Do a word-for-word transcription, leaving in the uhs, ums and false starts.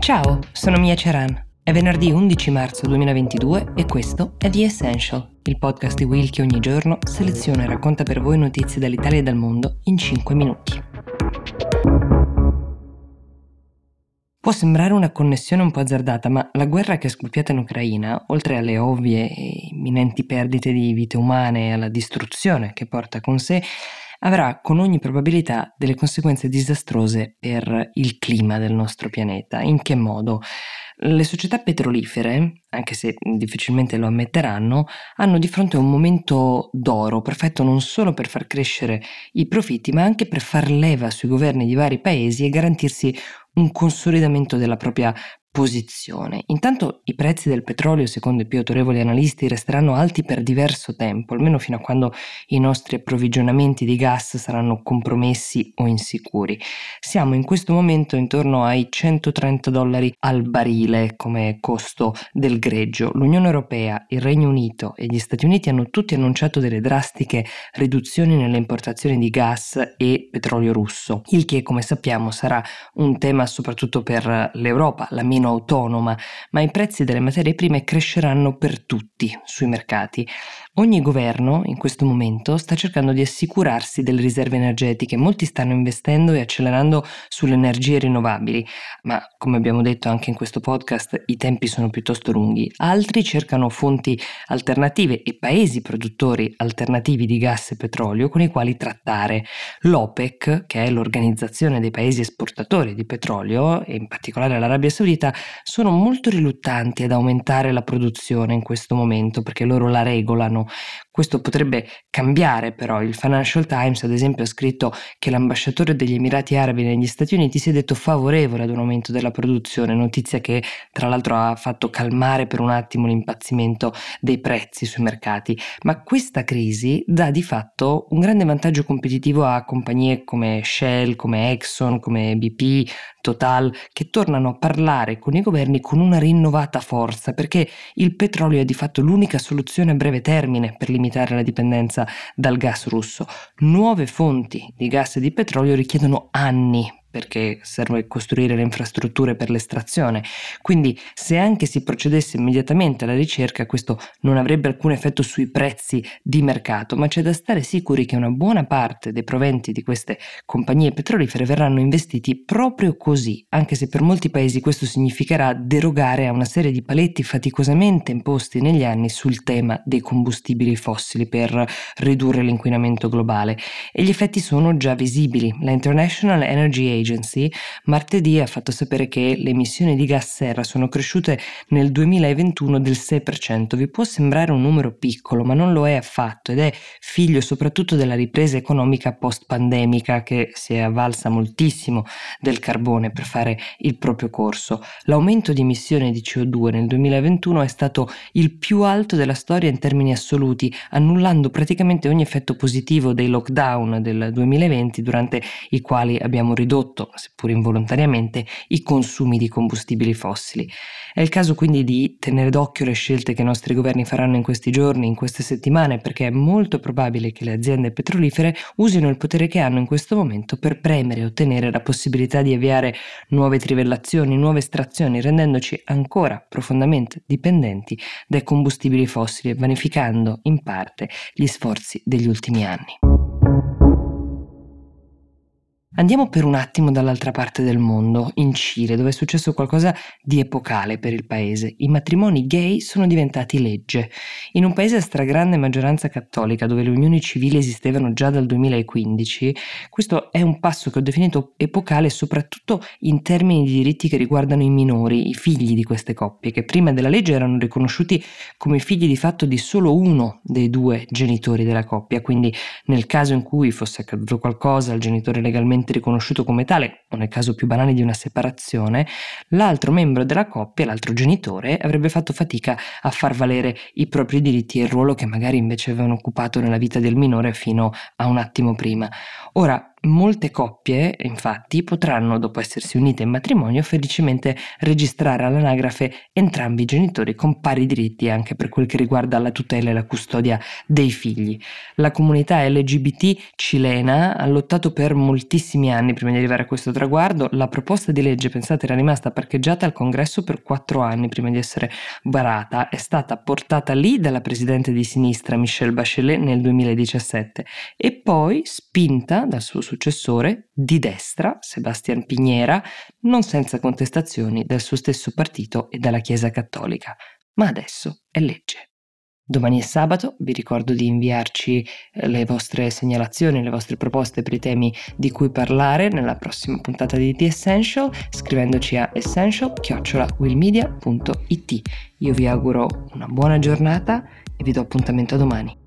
Ciao, sono Mia Ceran. È venerdì undici marzo duemilaventidue e questo è The Essential, il podcast di Will che ogni giorno seleziona e racconta per voi notizie dall'Italia e dal mondo in cinque minuti. Può sembrare una connessione un po' azzardata, ma la guerra che è scoppiata in Ucraina, oltre alle ovvie e imminenti perdite di vite umane e alla distruzione che porta con sé, avrà con ogni probabilità delle conseguenze disastrose per il clima del nostro pianeta. In che modo? Le società petrolifere, anche se difficilmente lo ammetteranno, hanno di fronte un momento d'oro, perfetto non solo per far crescere i profitti, ma anche per far leva sui governi di vari paesi e garantirsi un consolidamento della propria posizione. Intanto i prezzi del petrolio, secondo i più autorevoli analisti, resteranno alti per diverso tempo, almeno fino a quando i nostri approvvigionamenti di gas saranno compromessi o insicuri. Siamo in questo momento intorno ai centotrenta dollari al barile come costo del greggio. L'Unione Europea, il Regno Unito e gli Stati Uniti hanno tutti annunciato delle drastiche riduzioni nelle importazioni di gas e petrolio russo, il che, come sappiamo, sarà un tema soprattutto per l'Europa, la meno autonoma, ma i prezzi delle materie prime cresceranno per tutti sui mercati. Ogni governo in questo momento sta cercando di assicurarsi delle riserve energetiche, molti stanno investendo e accelerando sulle energie rinnovabili, ma come abbiamo detto anche in questo podcast i tempi sono piuttosto lunghi. Altri cercano fonti alternative e paesi produttori alternativi di gas e petrolio con i quali trattare. L'OPEC, che è l'organizzazione dei paesi esportatori di petrolio, e in particolare l'Arabia Saudita, sono molto riluttanti ad aumentare la produzione in questo momento perché loro la regolano. Questo potrebbe cambiare però. Il Financial Times, ad esempio, ha scritto che l'ambasciatore degli Emirati Arabi negli Stati Uniti si è detto favorevole ad un aumento della produzione, notizia che tra l'altro ha fatto calmare per un attimo l'impazzimento dei prezzi sui mercati. Ma questa crisi dà di fatto un grande vantaggio competitivo a compagnie come Shell, come Exxon, come B P, Total, che tornano a parlare con i governi con una rinnovata forza, perché il petrolio è di fatto l'unica soluzione a breve termine per limitare la dipendenza dal gas russo. Nuove fonti di gas e di petrolio richiedono anni perché serve costruire le infrastrutture per l'estrazione. Quindi se anche si procedesse immediatamente alla ricerca, questo non avrebbe alcun effetto sui prezzi di mercato, ma c'è da stare sicuri che una buona parte dei proventi di queste compagnie petrolifere verranno investiti proprio così, anche se per molti paesi questo significherà derogare a una serie di paletti faticosamente imposti negli anni sul tema dei combustibili fossili per ridurre l'inquinamento globale. E gli effetti sono già visibili. La International Energy Agency martedì ha fatto sapere che le emissioni di gas serra sono cresciute nel duemilaventuno del sei per cento. Vi può sembrare un numero piccolo, ma non lo è affatto ed è figlio soprattutto della ripresa economica post-pandemica che si è avvalsa moltissimo del carbone per fare il proprio corso. L'aumento di emissioni di C O due nel duemilaventuno è stato il più alto della storia in termini assoluti, annullando praticamente ogni effetto positivo dei lockdown del duemilaventi, durante i quali abbiamo ridotto, seppur involontariamente, i consumi di combustibili fossili. È il caso quindi di tenere d'occhio le scelte che i nostri governi faranno in questi giorni, in queste settimane, perché è molto probabile che le aziende petrolifere usino il potere che hanno in questo momento per premere e ottenere la possibilità di avviare nuove trivellazioni, nuove estrazioni, rendendoci ancora profondamente dipendenti dai combustibili fossili e vanificando in parte gli sforzi degli ultimi anni. Andiamo per un attimo dall'altra parte del mondo, in Cile, dove è successo qualcosa di epocale per il paese. I matrimoni gay sono diventati legge. In un paese a stragrande maggioranza cattolica, dove le unioni civili esistevano già dal duemilaquindici, questo è un passo che ho definito epocale soprattutto in termini di diritti che riguardano i minori, i figli di queste coppie, che prima della legge erano riconosciuti come figli di fatto di solo uno dei due genitori della coppia. Quindi nel caso in cui fosse accaduto qualcosa al genitore legalmente riconosciuto come tale, o nel caso più banale di una separazione, l'altro membro della coppia, l'altro genitore, avrebbe fatto fatica a far valere i propri diritti e il ruolo che magari invece avevano occupato nella vita del minore fino a un attimo prima. Ora, Molte coppie, infatti, potranno, dopo essersi unite in matrimonio, felicemente registrare all'anagrafe entrambi i genitori con pari diritti anche per quel che riguarda la tutela e la custodia dei figli. La comunità L G B T cilena ha lottato per moltissimi anni prima di arrivare a questo traguardo. La proposta di legge, pensate, era rimasta parcheggiata al Congresso per quattro anni prima di essere varata. È stata portata lì dalla presidente di sinistra Michelle Bachelet nel duemiladiciassette e poi spinta dal suo successore di destra, Sebastián Piñera, non senza contestazioni dal suo stesso partito e dalla Chiesa Cattolica. Ma adesso è legge. Domani è sabato, vi ricordo di inviarci le vostre segnalazioni, le vostre proposte per i temi di cui parlare nella prossima puntata di The Essential, scrivendoci a essential chiocciola willmedia punto it. Io vi auguro una buona giornata e vi do appuntamento a domani.